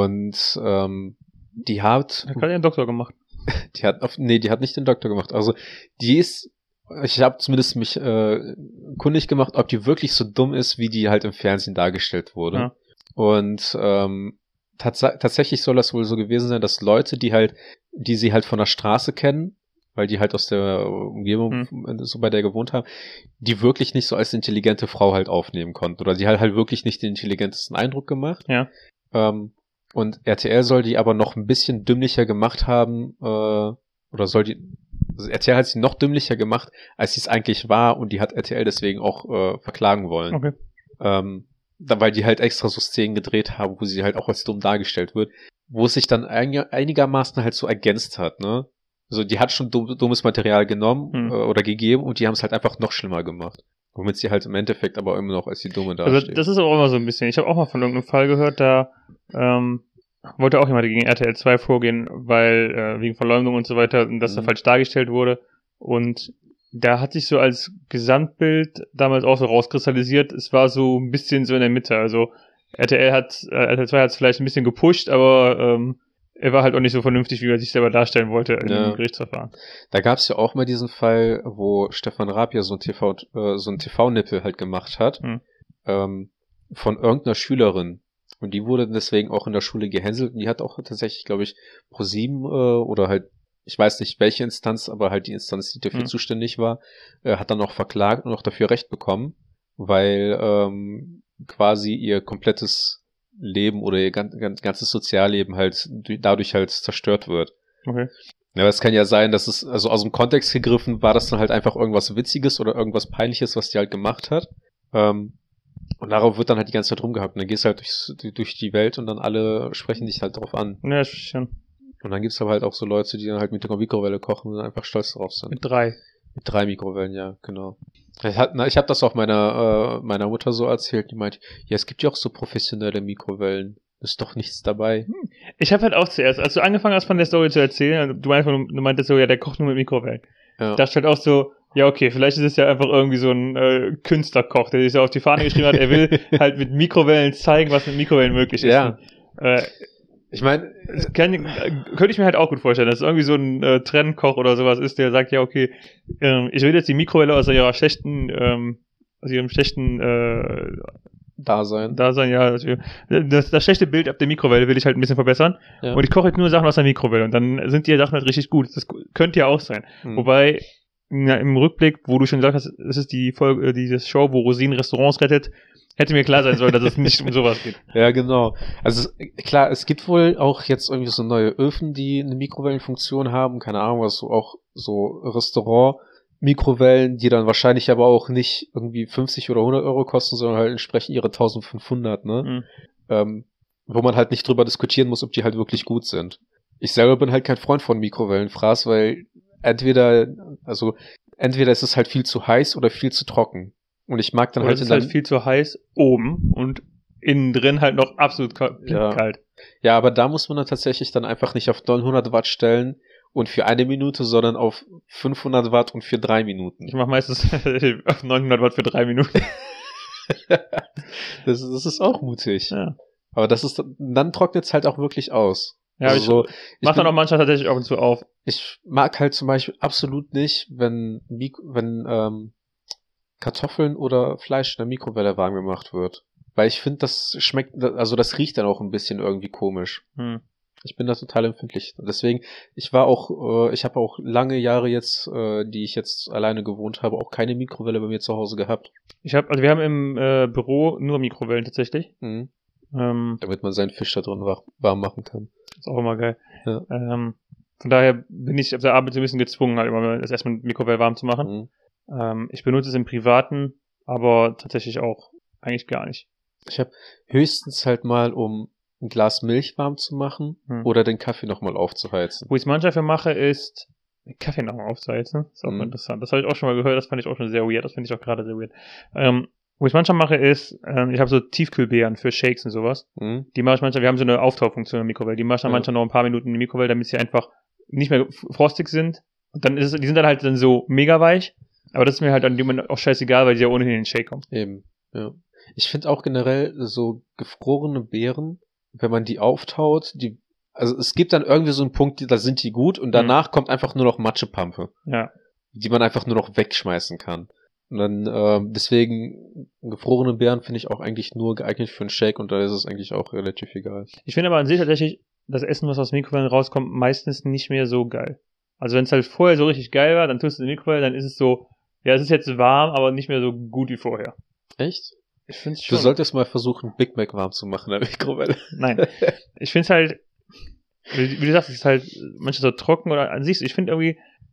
die hat gerade ihren Doktor gemacht. Die hat nicht den Doktor gemacht. Also ich habe zumindest mich kundig gemacht, ob die wirklich so dumm ist, wie die halt im Fernsehen dargestellt wurde. Ja. Und tatsächlich soll das wohl so gewesen sein, dass Leute, die sie halt von der Straße kennen, weil die halt aus der Umgebung so bei der gewohnt haben, die wirklich nicht so als intelligente Frau halt aufnehmen konnten. Oder die halt wirklich nicht den intelligentesten Eindruck gemacht. Ja. Und RTL soll die aber noch ein bisschen dümmlicher gemacht haben, also RTL hat sie noch dümmlicher gemacht, als sie es eigentlich war, und die hat RTL deswegen auch verklagen wollen. Okay. weil die halt extra so Szenen gedreht haben, wo sie halt auch als dumm dargestellt wird, wo es sich dann einigermaßen halt so ergänzt hat, ne? Also die hat schon dummes Material genommen oder gegeben und die haben es halt einfach noch schlimmer gemacht. Womit sie halt im Endeffekt aber immer noch als die Dumme dasteht. Also das ist auch immer so ein bisschen, ich habe auch mal von irgendeinem Fall gehört, da wollte auch jemand gegen RTL 2 vorgehen, weil wegen Verleumdung und so weiter, und dass da falsch dargestellt wurde. Und da hat sich so als Gesamtbild damals auch so rauskristallisiert, es war so ein bisschen so in der Mitte. Also RTL 2 hat es vielleicht ein bisschen gepusht, aber er war halt auch nicht so vernünftig, wie er sich selber darstellen wollte im Gerichtsverfahren. Da gab es ja auch mal diesen Fall, wo Stefan Raab ja so ein TV-Nippel halt gemacht hat, von irgendeiner Schülerin. Und die wurde deswegen auch in der Schule gehänselt. Und die hat auch tatsächlich, glaube ich, ProSieben oder halt, ich weiß nicht welche Instanz, aber halt die Instanz, die dafür zuständig war, hat dann auch verklagt und auch dafür Recht bekommen, weil quasi ihr komplettes Leben oder ihr ganzes Sozialleben halt dadurch halt zerstört wird. Okay. Ja, aber es kann ja sein, dass es, also aus dem Kontext gegriffen, war das dann halt einfach irgendwas Witziges oder irgendwas Peinliches, was die halt gemacht hat. Und darauf wird dann halt die ganze Zeit rumgehackt. Und dann gehst du halt durch die Welt und dann alle sprechen dich halt drauf an. Ja, schon. Und dann gibt's aber halt auch so Leute, die dann halt mit der Mikrowelle kochen und dann einfach stolz drauf sind. Mit 3. Mit 3 Mikrowellen, ja, genau. Ich habe das auch meiner Mutter so erzählt, die meint, ja, es gibt ja auch so professionelle Mikrowellen. Ist doch nichts dabei. Ich habe halt auch zuerst, als du angefangen hast von der Story zu erzählen, du meintest so, ja, der kocht nur mit Mikrowellen. Ja. Da steht auch so, ja, okay, vielleicht ist es ja einfach irgendwie so ein Künstlerkoch, der sich so auf die Fahne geschrieben hat, er will halt mit Mikrowellen zeigen, was mit Mikrowellen möglich ist. Ja. Ich meine, könnte ich mir halt auch gut vorstellen, dass es irgendwie so ein Trendkoch oder sowas ist, der sagt, ja, okay, ich will jetzt die Mikrowelle aus ihrem schlechten Dasein, ja. Das schlechte Bild ab der Mikrowelle will ich halt ein bisschen verbessern. Ja. Und ich koche jetzt nur Sachen aus der Mikrowelle und dann sind die Sachen halt richtig gut. Das könnte ja auch sein. Wobei, im Rückblick, wo du schon gesagt hast, es ist die Folge, diese Show, wo Rosinen Restaurants rettet, hätte mir klar sein sollen, dass es nicht um sowas geht. Ja, genau. Also klar, es gibt wohl auch jetzt irgendwie so neue Öfen, die eine Mikrowellenfunktion haben. Keine Ahnung, was so auch so Restaurant-Mikrowellen, die dann wahrscheinlich aber auch nicht irgendwie 50 oder 100 Euro kosten, sondern halt entsprechend ihre 1500, ne? Wo man halt nicht drüber diskutieren muss, ob die halt wirklich gut sind. Ich selber bin halt kein Freund von Mikrowellenfraß, weil entweder ist es halt viel zu heiß oder viel zu trocken. Und ich mag dann oder halt... Es ist halt viel zu heiß oben und innen drin halt noch absolut kalt. Ja, aber da muss man dann tatsächlich dann einfach nicht auf 900 Watt stellen und für 1 Minute, sondern auf 500 Watt und für 3 Minuten. Ich mache meistens auf 900 Watt für 3 Minuten. Das ist auch mutig. Ja. Aber dann trocknet es halt auch wirklich aus. Ja, also ich mach dann auch manchmal tatsächlich ab und zu auf. Ich mag halt zum Beispiel absolut nicht, wenn Kartoffeln oder Fleisch in der Mikrowelle warm gemacht wird. Weil ich finde, das schmeckt, also das riecht dann auch ein bisschen irgendwie komisch. Ich bin da total empfindlich. Deswegen, ich habe auch lange Jahre jetzt, die ich jetzt alleine gewohnt habe, auch keine Mikrowelle bei mir zu Hause gehabt. Wir haben im Büro nur Mikrowellen tatsächlich. Damit man seinen Fisch da drin warm machen kann. Ist auch immer geil. Ja. Von daher bin ich auf der Arbeit so ein bisschen gezwungen, halt immer das erstmal mit Mikrowelle warm zu machen. Ich benutze es im Privaten, aber tatsächlich auch eigentlich gar nicht. Ich habe höchstens halt mal, um ein Glas Milch warm zu machen oder den Kaffee nochmal aufzuheizen. Wo ich es manchmal für mache, ist den Kaffee nochmal aufzuheizen. Das ist auch interessant. Das habe ich auch schon mal gehört, das fand ich auch schon sehr weird. Das finde ich auch gerade sehr weird. Wo ich manchmal mache ist, ich habe so Tiefkühlbeeren für Shakes und sowas. Die mache ich manchmal, wir haben so eine Auftauffunktion in der Mikrowelle. Die mache ich dann manchmal noch ein paar Minuten in die Mikrowelle, damit sie einfach nicht mehr frostig sind. Und dann die sind dann halt dann so mega weich. Aber das ist mir halt an dem Moment auch scheißegal, weil die ja ohnehin in den Shake kommen. Eben, ja. Ich finde auch generell so gefrorene Beeren, wenn man die auftaut, also es gibt dann irgendwie so einen Punkt, da sind die gut und danach kommt einfach nur noch Matschepampe. Ja. Die man einfach nur noch wegschmeißen kann. Und dann, deswegen, gefrorene Beeren finde ich auch eigentlich nur geeignet für einen Shake und da ist es eigentlich auch relativ egal. Ich finde aber an sich tatsächlich, das Essen, was aus Mikrowellen rauskommt, meistens nicht mehr so geil. Also wenn es halt vorher so richtig geil war, dann tust du in die Mikrowelle, dann ist es so, ja, es ist jetzt warm, aber nicht mehr so gut wie vorher. Echt? Ich find's schon. Du solltest mal versuchen, Big Mac warm zu machen in der Mikrowelle. Nein. Ich find's halt, wie du sagst, es ist halt manchmal so trocken oder an sich, ich finde irgendwie,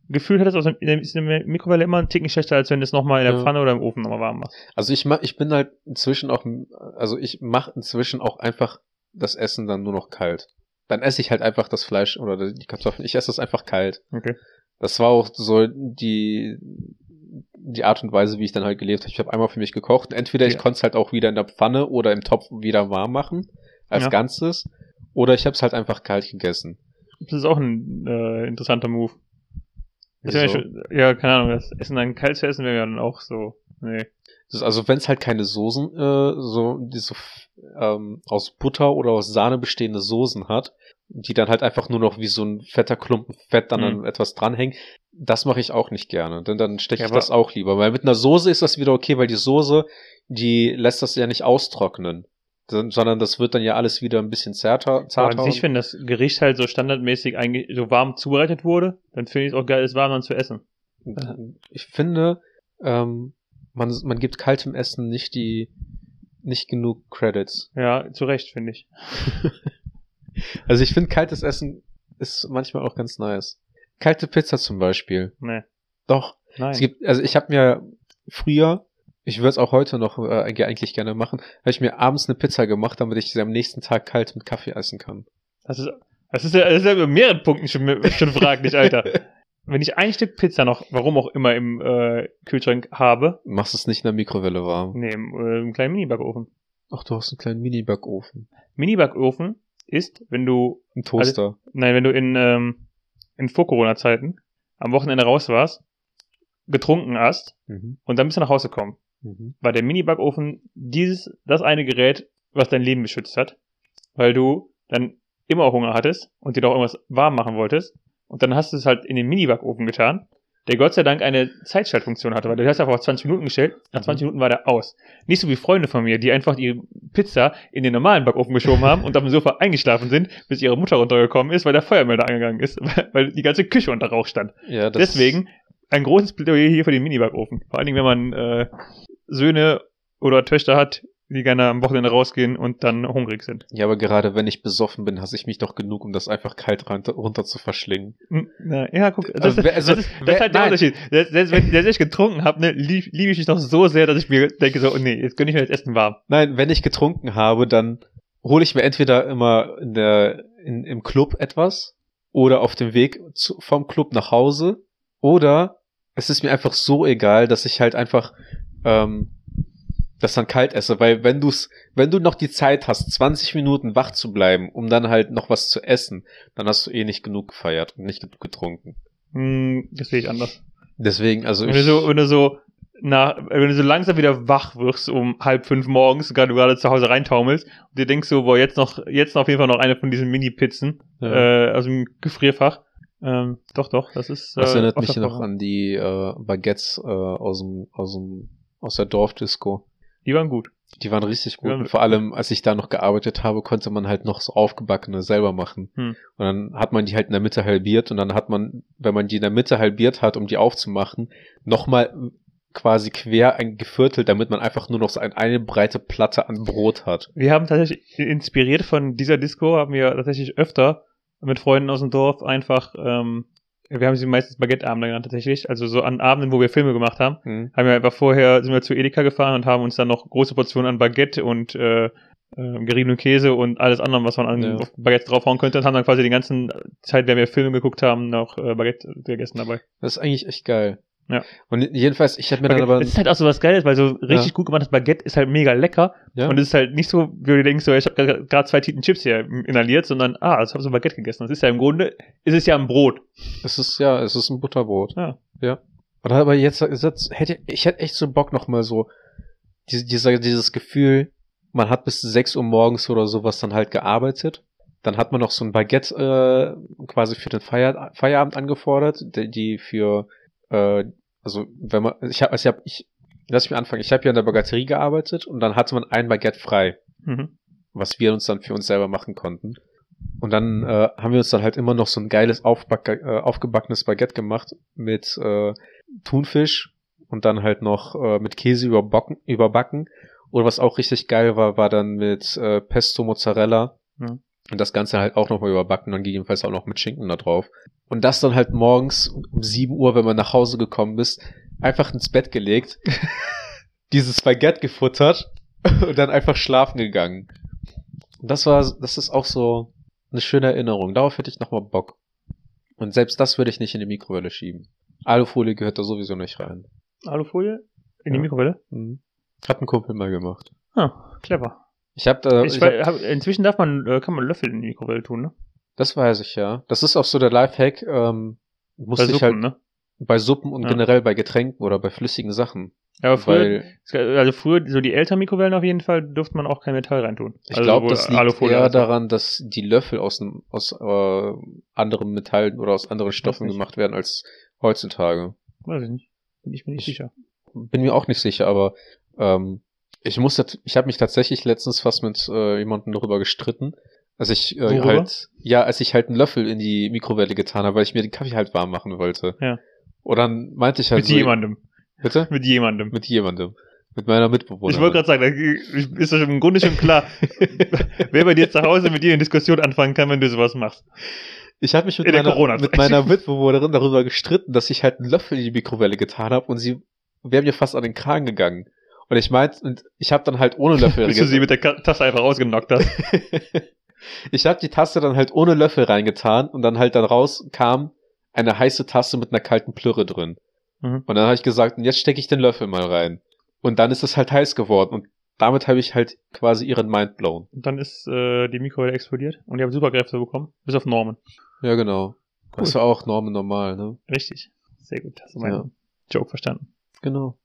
gefühlt hat es ist in der Mikrowelle immer einen Ticken schlechter, als wenn du es nochmal in der Pfanne oder im Ofen nochmal warm machst. Also ich bin halt inzwischen auch, also ich mache inzwischen auch einfach das Essen dann nur noch kalt. Dann esse ich halt einfach das Fleisch oder die Kartoffeln. Ich esse das einfach kalt. Okay. Das war auch so die Art und Weise, wie ich dann halt gelebt habe. Ich habe einmal für mich gekocht. Entweder ich konnte es halt auch wieder in der Pfanne oder im Topf wieder warm machen, als Ganzes. Oder ich habe es halt einfach kalt gegessen. Das ist auch ein interessanter Move. Ja, keine Ahnung, das Essen dann kalt zu essen wäre ja dann auch so, nee. Das ist also, wenn es halt keine Soßen, aus Butter oder aus Sahne bestehende Soßen hat, die dann halt einfach nur noch wie so ein fetter Klumpen Fett dann an etwas dranhängen, das mache ich auch nicht gerne, denn dann steche ich das auch lieber. Weil mit einer Soße ist das wieder okay, weil die Soße, die lässt das ja nicht austrocknen, sondern das wird dann ja alles wieder ein bisschen zarter. Aber an sich, wenn das Gericht halt so standardmäßig eigentlich so warm zubereitet wurde, dann finde ich es auch geil, es warm dann zu essen. Ich finde, man gibt kaltem Essen nicht genug Credits. Ja, zu Recht, finde ich. Also ich finde, kaltes Essen ist manchmal auch ganz nice. Kalte Pizza zum Beispiel. Nee. Doch. Nein. Ich habe mir früher, ich würde es auch heute noch eigentlich gerne machen, habe ich mir abends eine Pizza gemacht, damit ich sie am nächsten Tag kalt mit Kaffee essen kann. Das ist ja über mehreren Punkten schon fraglich, Alter. Wenn ich ein Stück Pizza noch, warum auch immer, im Kühlschrank habe. Machst du es nicht in der Mikrowelle warm? Nee, im kleinen Mini-Backofen. Ach, du hast einen kleinen Mini-Backofen. Mini-Backofen ist, wenn du... Ein Toaster. Wenn du in Vor-Corona-Zeiten am Wochenende raus warst, getrunken hast und dann bist du nach Hause gekommen. War der Mini-Backofen das eine Gerät, was dein Leben beschützt hat, weil du dann immer Hunger hattest und dir doch irgendwas warm machen wolltest. Und dann hast du es halt in den Mini-Backofen getan, der Gott sei Dank eine Zeitschaltfunktion hatte, weil du hast einfach auf 20 Minuten gestellt, nach 20 Minuten war der aus. Nicht so wie Freunde von mir, die einfach die Pizza in den normalen Backofen geschoben haben und auf dem Sofa eingeschlafen sind, bis ihre Mutter runtergekommen ist, weil der Feuermelder angegangen ist, weil die ganze Küche unter Rauch stand. Ja, deswegen ein großes Plädoyer hier für den Mini-Backofen. Vor allen Dingen, wenn man Söhne oder Töchter hat, die gerne am Wochenende rausgehen und dann hungrig sind. Ja, aber gerade wenn ich besoffen bin, hasse ich mich doch genug, um das einfach kalt runter zu verschlingen. Ja, guck, das ist halt der Unterschied. Selbst wenn ich getrunken habe, ne, liebe ich mich doch so sehr, dass ich mir denke so, nee, jetzt gönn ich mir das Essen warm. Nein, wenn ich getrunken habe, dann hole ich mir entweder immer im Club etwas oder auf dem Weg vom Club nach Hause oder es ist mir einfach so egal, dass ich halt einfach das dann kalt esse, weil wenn du noch die Zeit hast, 20 Minuten wach zu bleiben, um dann halt noch was zu essen, dann hast du eh nicht genug gefeiert und nicht genug getrunken. Das sehe ich anders. Deswegen, also wenn du so langsam wieder wach wirst um 4:30 morgens, gerade zu Hause reintaumelst und dir denkst so, boah, jetzt noch auf jeden Fall noch eine von diesen Mini-Pizzen aus dem Gefrierfach. Doch, das ist das erinnert mich noch an die Baguettes aus der Dorfdisco. Die waren gut. Die waren richtig gut. Und vor allem, als ich da noch gearbeitet habe, konnte man halt noch so aufgebackene selber machen. Und dann hat man die halt in der Mitte halbiert und dann hat man, wenn man die in der Mitte halbiert hat, um die aufzumachen, nochmal quasi quer geviertelt, damit man einfach nur noch so eine breite Platte an Brot hat. Wir haben tatsächlich, inspiriert von dieser Disco, haben wir tatsächlich öfter mit Freunden aus dem Dorf einfach wir haben sie meistens Baguette-Abende genannt tatsächlich, also so an Abenden, wo wir Filme gemacht haben, haben wir einfach sind wir zu Edeka gefahren und haben uns dann noch große Portionen an Baguette und geriebenen Käse und alles andere, was man auf Baguette draufhauen könnte, und haben dann quasi die ganze Zeit, während wir Filme geguckt haben, noch Baguette gegessen dabei. Das ist eigentlich echt geil. Ja. Und jedenfalls, ich habe mir dann aber... Das ist halt auch so was Geiles, weil so richtig gut gemachtes Baguette ist halt mega lecker. Ja. Und es ist halt nicht so, wie du denkst, so, ich habe gerade 2 Tüten Chips hier inhaliert, sondern, ich habe so ein Baguette gegessen. Das ist ja im Grunde, ist es ja ein Brot. Es ist ein Butterbrot. Ja. Und aber ich hätte echt so Bock noch mal so, dieses Gefühl, man hat bis 6 Uhr morgens oder sowas dann halt gearbeitet. Dann hat man noch so ein Baguette quasi für den Feierabend angefordert, die für also wenn man lass mich anfangen. Ich habe ja in der Baguetterie gearbeitet und dann hatte man ein Baguette frei, was wir uns dann für uns selber machen konnten. Und dann haben wir uns dann halt immer noch so ein geiles aufgebackenes Baguette gemacht mit Thunfisch und dann halt noch mit Käse überbacken. Oder was auch richtig geil war dann mit Pesto Mozzarella Und das Ganze halt auch nochmal überbacken, dann gegebenenfalls auch noch mit Schinken da drauf. Und das dann halt morgens um 7 Uhr, wenn man nach Hause gekommen ist, einfach ins Bett gelegt, dieses Baguette gefuttert und dann einfach schlafen gegangen. Und das ist auch so eine schöne Erinnerung. Darauf hätte ich nochmal Bock. Und selbst das würde ich nicht in die Mikrowelle schieben. Alufolie gehört da sowieso nicht rein. Alufolie? In die Mikrowelle? Mhm. Hat ein Kumpel mal gemacht. Ah, clever. Inzwischen kann man Löffel in die Mikrowelle tun, ne? Das weiß ich, ja. Das ist auch so der Lifehack, bei Suppen, ne? Bei Suppen und generell bei Getränken oder bei flüssigen Sachen. Ja, aber früher, so die älteren Mikrowellen auf jeden Fall, durfte man auch kein Metall reintun. Ich glaube, das liegt eher daran, dass die Löffel aus anderen Metallen oder aus anderen Stoffen gemacht werden als heutzutage. Weiß ich nicht. Bin ich mir nicht sicher. Bin mir auch nicht sicher, aber ich habe mich tatsächlich letztens fast mit jemandem darüber gestritten, als ich halt einen Löffel in die Mikrowelle getan habe, weil ich mir den Kaffee halt warm machen wollte. Ja. Und dann meinte ich halt mit jemandem. Bitte? Mit jemandem. Mit meiner Mitbewohnerin. Ich wollte gerade sagen, ist doch im Grunde schon klar, wer bei dir zu Hause mit dir in Diskussion anfangen kann, wenn du sowas machst. Ich habe mich mit meiner Mitbewohnerin darüber gestritten, dass ich halt einen Löffel in die Mikrowelle getan habe und sie wäre mir fast an den Kragen gegangen. Und ich habe dann halt ohne Löffel... Bis du sie mit der Tasse einfach ausgenockt hast. Ich habe die Tasse dann halt ohne Löffel reingetan und dann rauskam eine heiße Tasse mit einer kalten Plürre drin. Mhm. Und dann habe ich gesagt, und jetzt stecke ich den Löffel mal rein. Und dann ist es halt heiß geworden und damit habe ich halt quasi ihren Mind blown. Und dann ist die Mikrowelle explodiert und ihr habt Superkräfte bekommen, bis auf Norman. Ja, genau. Cool. Das ist ja auch Norman normal, ne? Richtig. Sehr gut. Hast du meinen Joke verstanden. Genau.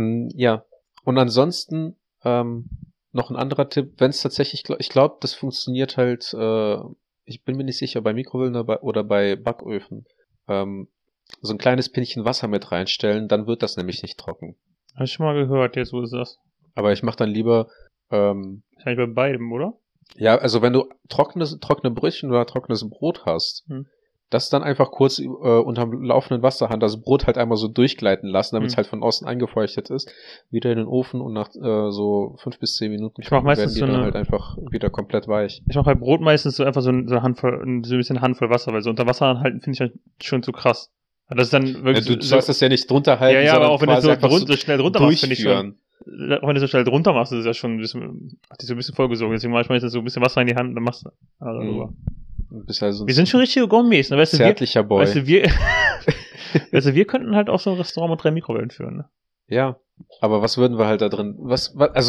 Und ansonsten noch ein anderer Tipp, wenn es tatsächlich, ich glaube, das funktioniert halt, ich bin mir nicht sicher, bei Mikrowellen oder bei Backöfen, so ein kleines Pinnchen Wasser mit reinstellen, dann wird das nämlich nicht trocken. Hast du schon mal gehört, jetzt wo du das? Aber ich mache dann lieber wahrscheinlich bei beidem, oder? Ja, also wenn du trockene Brötchen oder trockenes Brot hast, das dann einfach kurz unterm laufenden Wasser das Brot halt einmal so durchgleiten lassen, damit es halt von außen eingefeuchtet ist, wieder in den Ofen und nach so 5 bis 10 Minuten werden die dann halt einfach wieder komplett weich. Ich mache bei Brot meistens so einfach so eine Handvoll, so ein bisschen Handvoll Wasser, weil so unter Wasser halten finde ich halt schon zu krass. Das ist dann wirklich du sollst das ja nicht drunter halten, sondern aber auch wenn du so schnell drunter machst, finde ich schon. Auch wenn du so schnell drunter machst, ist es ja schon hat dich so ein bisschen vollgesogen. Deswegen manchmal ist das so ein bisschen Wasser in die Hand und dann machst du wir sind schon richtige Gourmets, ne? Zärtlicher Boy. Wir könnten halt auch so ein Restaurant mit 3 Mikrowellen führen, ne? Ja, aber was würden wir halt da drin, was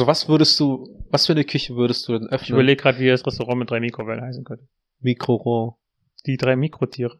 für eine Küche würdest du denn öffnen? Ich überlege gerade, wie das Restaurant mit 3 Mikrowellen heißen könnte. Mikroron. Die 3 Mikrotiere.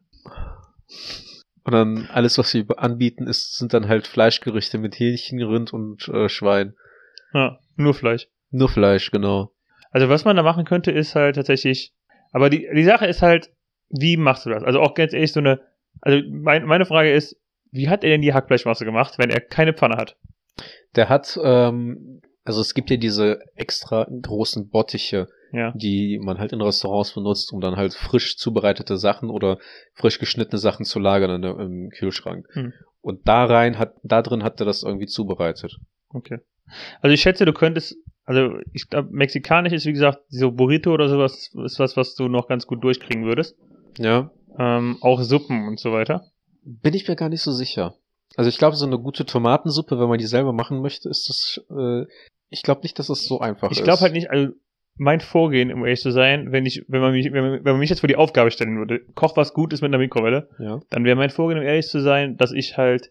Und dann alles, was wir anbieten, sind dann halt Fleischgerichte mit Hähnchen, Rind und Schwein. Ja, nur Fleisch. Nur Fleisch, genau. Also was man da machen könnte, ist halt tatsächlich, aber die Sache ist halt, wie machst du das? Also auch ganz ehrlich meine Frage ist, wie hat er denn die Hackfleischmasse gemacht, wenn er keine Pfanne hat? Der hat, also es gibt ja diese extra großen Bottiche, die man halt in Restaurants benutzt, um dann halt frisch zubereitete Sachen oder frisch geschnittene Sachen zu lagern im Kühlschrank. Und da drin hat er das irgendwie zubereitet. Okay. Also ich schätze, du könntest, also ich glaube, mexikanisch ist wie gesagt, so Burrito oder sowas ist was du noch ganz gut durchkriegen würdest. Ja. Auch Suppen und so weiter. Bin ich mir gar nicht so sicher. Also ich glaube, so eine gute Tomatensuppe, wenn man die selber machen möchte, ist das, ich glaube nicht, dass es so einfach ist. Ich glaube halt nicht, also mein Vorgehen, um ehrlich zu sein, wenn man mich jetzt vor die Aufgabe stellen würde, koch was Gutes mit einer Mikrowelle, dann wäre mein Vorgehen, um ehrlich zu sein, dass ich halt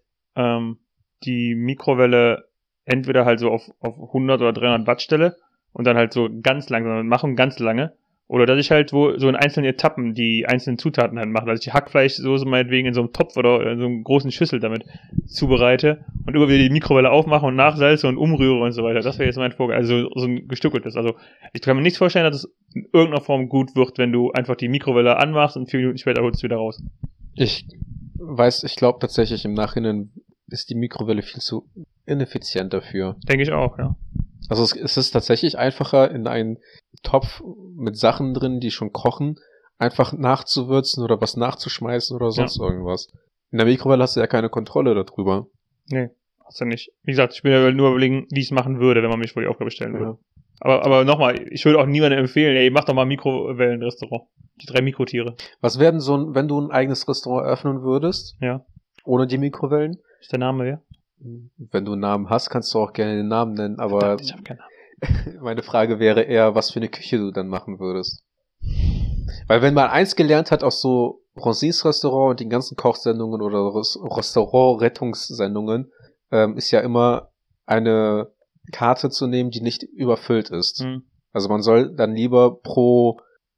die Mikrowelle entweder halt so auf 100 oder 300 Watt stelle und dann halt so ganz langsam mache und ganz lange. Oder dass ich halt so in einzelnen Etappen die einzelnen Zutaten halt mache, dass ich die Hackfleischsoße meinetwegen in so einem Topf oder in so einer großen Schüssel damit zubereite und immer wieder die Mikrowelle aufmache und nachsalze und umrühre und so weiter. Das wäre jetzt mein Vorgang. Also so ein gestückeltes. Also ich kann mir nicht vorstellen, dass es in irgendeiner Form gut wird, wenn du einfach die Mikrowelle anmachst und 4 Minuten später holst du es wieder raus. Ich glaube tatsächlich im Nachhinein ist die Mikrowelle viel zu ineffizient dafür. Denke ich auch, ja. Also es ist tatsächlich einfacher, in einen Topf mit Sachen drin, die schon kochen, einfach nachzuwürzen oder was nachzuschmeißen oder sonst irgendwas. In der Mikrowelle hast du ja keine Kontrolle darüber. Nee, hast du nicht. Wie gesagt, ich bin ja nur überlegen, wie ich es machen würde, wenn man mich vor die Aufgabe stellen würde. Aber nochmal, ich würde auch niemandem empfehlen, ey, mach doch mal ein Mikrowellenrestaurant. Die 3 Mikrotiere. Was wäre denn wenn du ein eigenes Restaurant eröffnen würdest? Ja. Ohne die Mikrowellen? Ist der Name wer? Wenn du einen Namen hast, kannst du auch gerne den Namen nennen, aber verdammt, ich hab keinen Namen. Meine Frage wäre eher, was für eine Küche du dann machen würdest. Weil wenn man eins gelernt hat aus so Ronsins Restaurant und den ganzen Kochsendungen oder Restaurant-Rettungssendungen, ist ja immer eine Karte zu nehmen, die nicht überfüllt ist. Also man soll dann lieber pro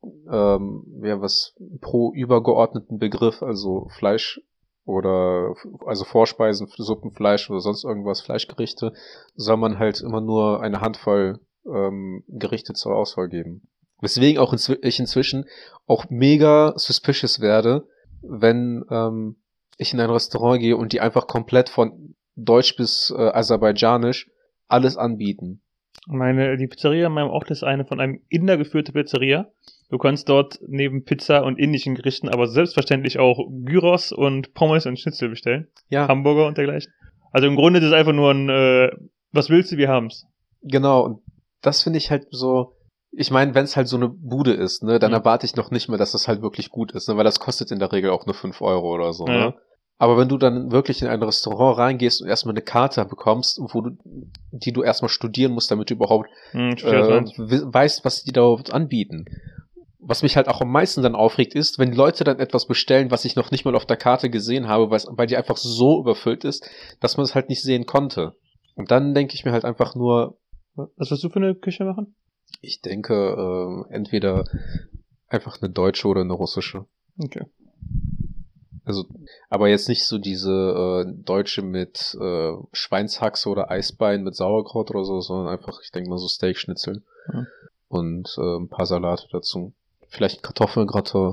übergeordneten Begriff, also Fleisch oder also Vorspeisen, Suppen, Fleisch oder sonst irgendwas, Fleischgerichte, soll man halt immer nur eine Handvoll Gerichte zur Auswahl geben. Weswegen auch ich inzwischen auch mega suspicious werde, wenn ich in ein Restaurant gehe und die einfach komplett von Deutsch bis Aserbaidschanisch alles anbieten. Die Pizzeria in meinem Ort ist eine von einem Inder geführte Pizzeria. Du kannst dort neben Pizza und indischen Gerichten aber selbstverständlich auch Gyros und Pommes und Schnitzel bestellen. Ja. Hamburger und dergleichen. Also im Grunde ist es einfach nur ein, was willst du, wir haben's. Genau, und das finde ich halt so, ich meine, wenn es halt so eine Bude ist, ne, dann erwarte ich noch nicht mehr, dass das halt wirklich gut ist, ne, weil das kostet in der Regel auch nur 5 Euro oder so, ja. Ne. Aber wenn du dann wirklich in ein Restaurant reingehst und erstmal eine Karte bekommst, die du erstmal studieren musst, damit du überhaupt weißt, was die da überhaupt anbieten. Was mich halt auch am meisten dann aufregt ist, wenn Leute dann etwas bestellen, was ich noch nicht mal auf der Karte gesehen habe, weil die einfach so überfüllt ist, dass man es halt nicht sehen konnte. Und dann denke ich mir halt einfach nur... Was willst du für eine Küche machen? Ich denke, entweder einfach eine deutsche oder eine russische. Okay. Also, aber jetzt nicht so diese deutsche mit Schweinshaxe oder Eisbein mit Sauerkraut oder so, sondern einfach, ich denke mal so Steakschnitzel und ein paar Salate dazu. Vielleicht Kartoffelgratin,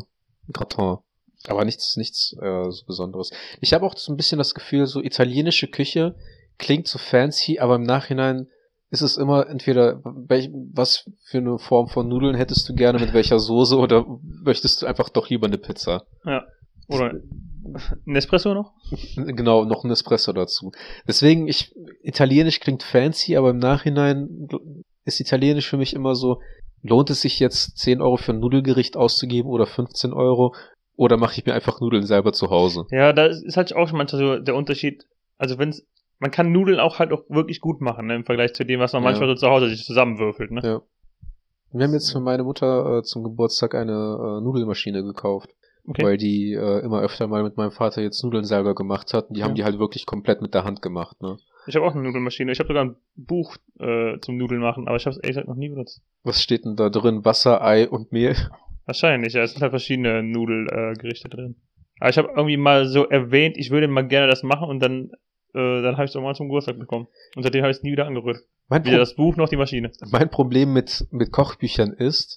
aber nichts so Besonderes. Ich habe auch so ein bisschen das Gefühl, so italienische Küche klingt so fancy, aber im Nachhinein ist es immer entweder, was für eine Form von Nudeln hättest du gerne, mit welcher Soße, oder möchtest du einfach doch lieber eine Pizza? Ja. Oder ein Espresso noch? Genau, noch ein Espresso dazu. Deswegen, Italienisch klingt fancy, aber im Nachhinein ist Italienisch für mich immer so, lohnt es sich jetzt 10 Euro für ein Nudelgericht auszugeben oder 15 Euro? Oder mache ich mir einfach Nudeln selber zu Hause? Ja, da ist halt auch schon manchmal so der Unterschied. Also man kann Nudeln auch halt auch wirklich gut machen, ne, im Vergleich zu dem, was man manchmal so zu Hause sich zusammenwürfelt, ne? Ja. Wir haben jetzt für meine Mutter zum Geburtstag eine Nudelmaschine gekauft. Okay. Weil die immer öfter mal mit meinem Vater jetzt Nudeln selber gemacht hat. Und die haben die halt wirklich komplett mit der Hand gemacht, ne? Ich habe auch eine Nudelmaschine. Ich habe sogar ein Buch zum Nudeln machen, aber ich habe es ehrlich gesagt noch nie benutzt. Was steht denn da drin? Wasser, Ei und Mehl? Wahrscheinlich, ja. Es sind halt verschiedene Nudelgerichte drin. Aber ich habe irgendwie mal so erwähnt, ich würde mal gerne das machen und dann habe ich es auch mal zum Geburtstag bekommen. Und seitdem habe ich es nie wieder angerührt. Weder das Buch noch die Maschine. Mein Problem mit Kochbüchern ist,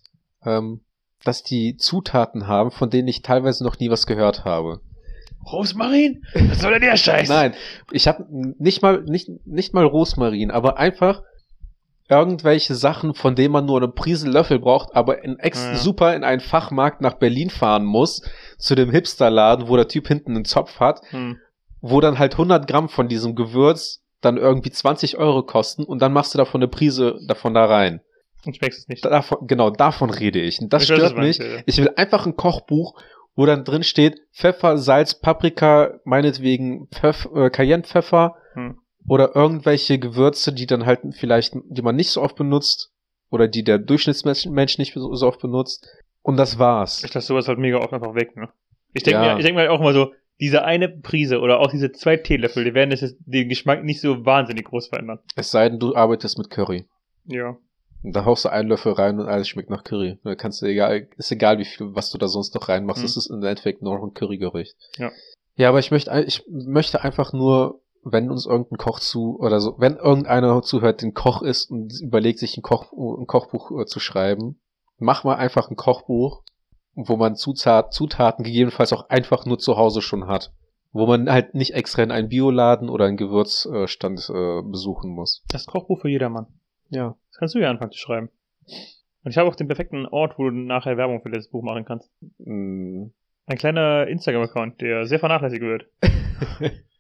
dass die Zutaten haben, von denen ich teilweise noch nie was gehört habe. Rosmarin? Was soll denn der Scheiß? Nein, ich habe nicht mal Rosmarin, aber einfach irgendwelche Sachen, von denen man nur eine Prise Löffel braucht, aber super in einen Fachmarkt nach Berlin fahren muss, zu dem Hipsterladen, wo der Typ hinten einen Zopf hat, wo dann halt 100 Gramm von diesem Gewürz dann irgendwie 20 Euro kosten und dann machst du davon eine Prise davon da rein. Und schmeckst es nicht. Davon rede ich. Und das stört mich. Ich will einfach ein Kochbuch, wo dann drin steht Pfeffer, Salz, Paprika, meinetwegen Cayennepfeffer oder irgendwelche Gewürze, die dann halt die man nicht so oft benutzt oder die der Durchschnittsmensch nicht so oft benutzt. Und das war's. Ich lasse sowas halt mega oft einfach weg, ne? Ich denke mir halt auch mal so, diese eine Prise oder auch diese 2 Teelöffel, die werden den Geschmack nicht so wahnsinnig groß verändern. Es sei denn, du arbeitest mit Curry. Ja. Und da haust du einen Löffel rein und alles schmeckt nach Curry. Da ist egal, wie viel, was du da sonst noch reinmachst. Das ist im Endeffekt noch ein Currygericht. Ja. Ja, aber ich möchte einfach nur, wenn uns irgendein Koch wenn irgendeiner zuhört, den Koch ist und überlegt, sich ein Kochbuch zu schreiben, mach mal einfach ein Kochbuch, wo man Zutaten gegebenenfalls auch einfach nur zu Hause schon hat. Wo man halt nicht extra in einen Bioladen oder einen Gewürzstand besuchen muss. Das Kochbuch für jedermann. Ja. Das kannst du ja anfangen zu schreiben. Und ich habe auch den perfekten Ort, wo du nachher Werbung für das Buch machen kannst. Ein kleiner Instagram-Account, der sehr vernachlässigt wird.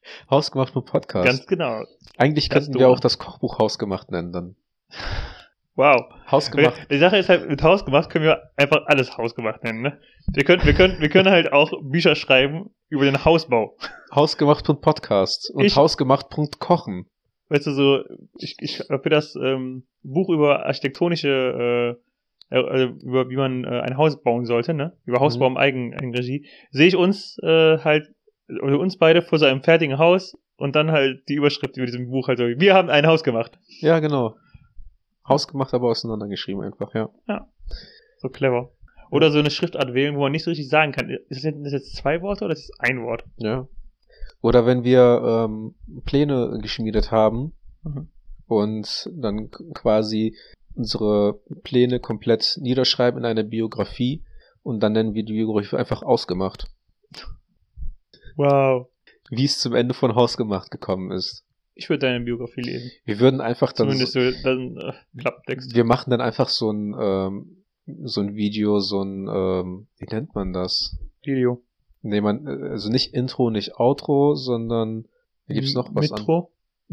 Hausgemacht mit Podcast. Ganz genau. Eigentlich könnten wir auch das Kochbuch Hausgemacht nennen dann. Wow. Hausgemacht. Die Sache ist halt, mit hausgemacht können wir einfach alles hausgemacht nennen, ne? Wir können halt auch Bücher schreiben über den Hausbau. Hausgemacht.podcast und hausgemacht.kochen. Weißt du, so, ich für das Buch über architektonische, über wie man ein Haus bauen sollte, ne? Über Hausbau im Eigenregie, sehe ich uns oder uns beide vor so einem fertigen Haus und dann halt die Überschrift über diesem Buch halt so, wir haben ein Haus gemacht. Ja, genau. Hausgemacht, aber auseinandergeschrieben einfach, ja. Ja, so clever. Oder so eine Schriftart wählen, wo man nicht so richtig sagen kann, ist das jetzt 2 Worte oder ist es 1 Wort? Ja. Oder wenn wir Pläne geschmiedet haben und dann quasi unsere Pläne komplett niederschreiben in einer Biografie und dann nennen wir die Biografie einfach ausgemacht. Wow. Wie es zum Ende von Hausgemacht gekommen ist. Ich würde deine Biografie lesen. Wir würden einfach dann zumindest dann Klapptext. Wir machen dann einfach so ein Video, wie nennt man das? Video. Nee, also nicht Intro, nicht Outro, sondern gibt's noch was Mitro?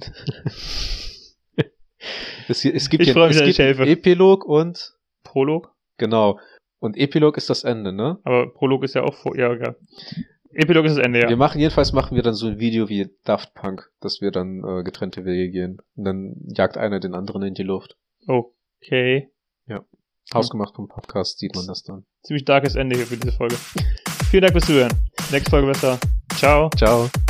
Es gibt Epilog und Prolog. Genau. Und Epilog ist das Ende, ne? Aber Prolog ist ja auch ja. Epilog ist das Ende, ja. Jedenfalls machen wir dann so ein Video wie Daft Punk, dass wir dann getrennte Wege gehen. Und dann jagt einer den anderen in die Luft. Okay. Ja. Hausgemacht vom Podcast sieht man das dann. Ziemlich starkes Ende hier für diese Folge. Vielen Dank fürs Zuhören. Nächste Folge besser. Ciao. Ciao.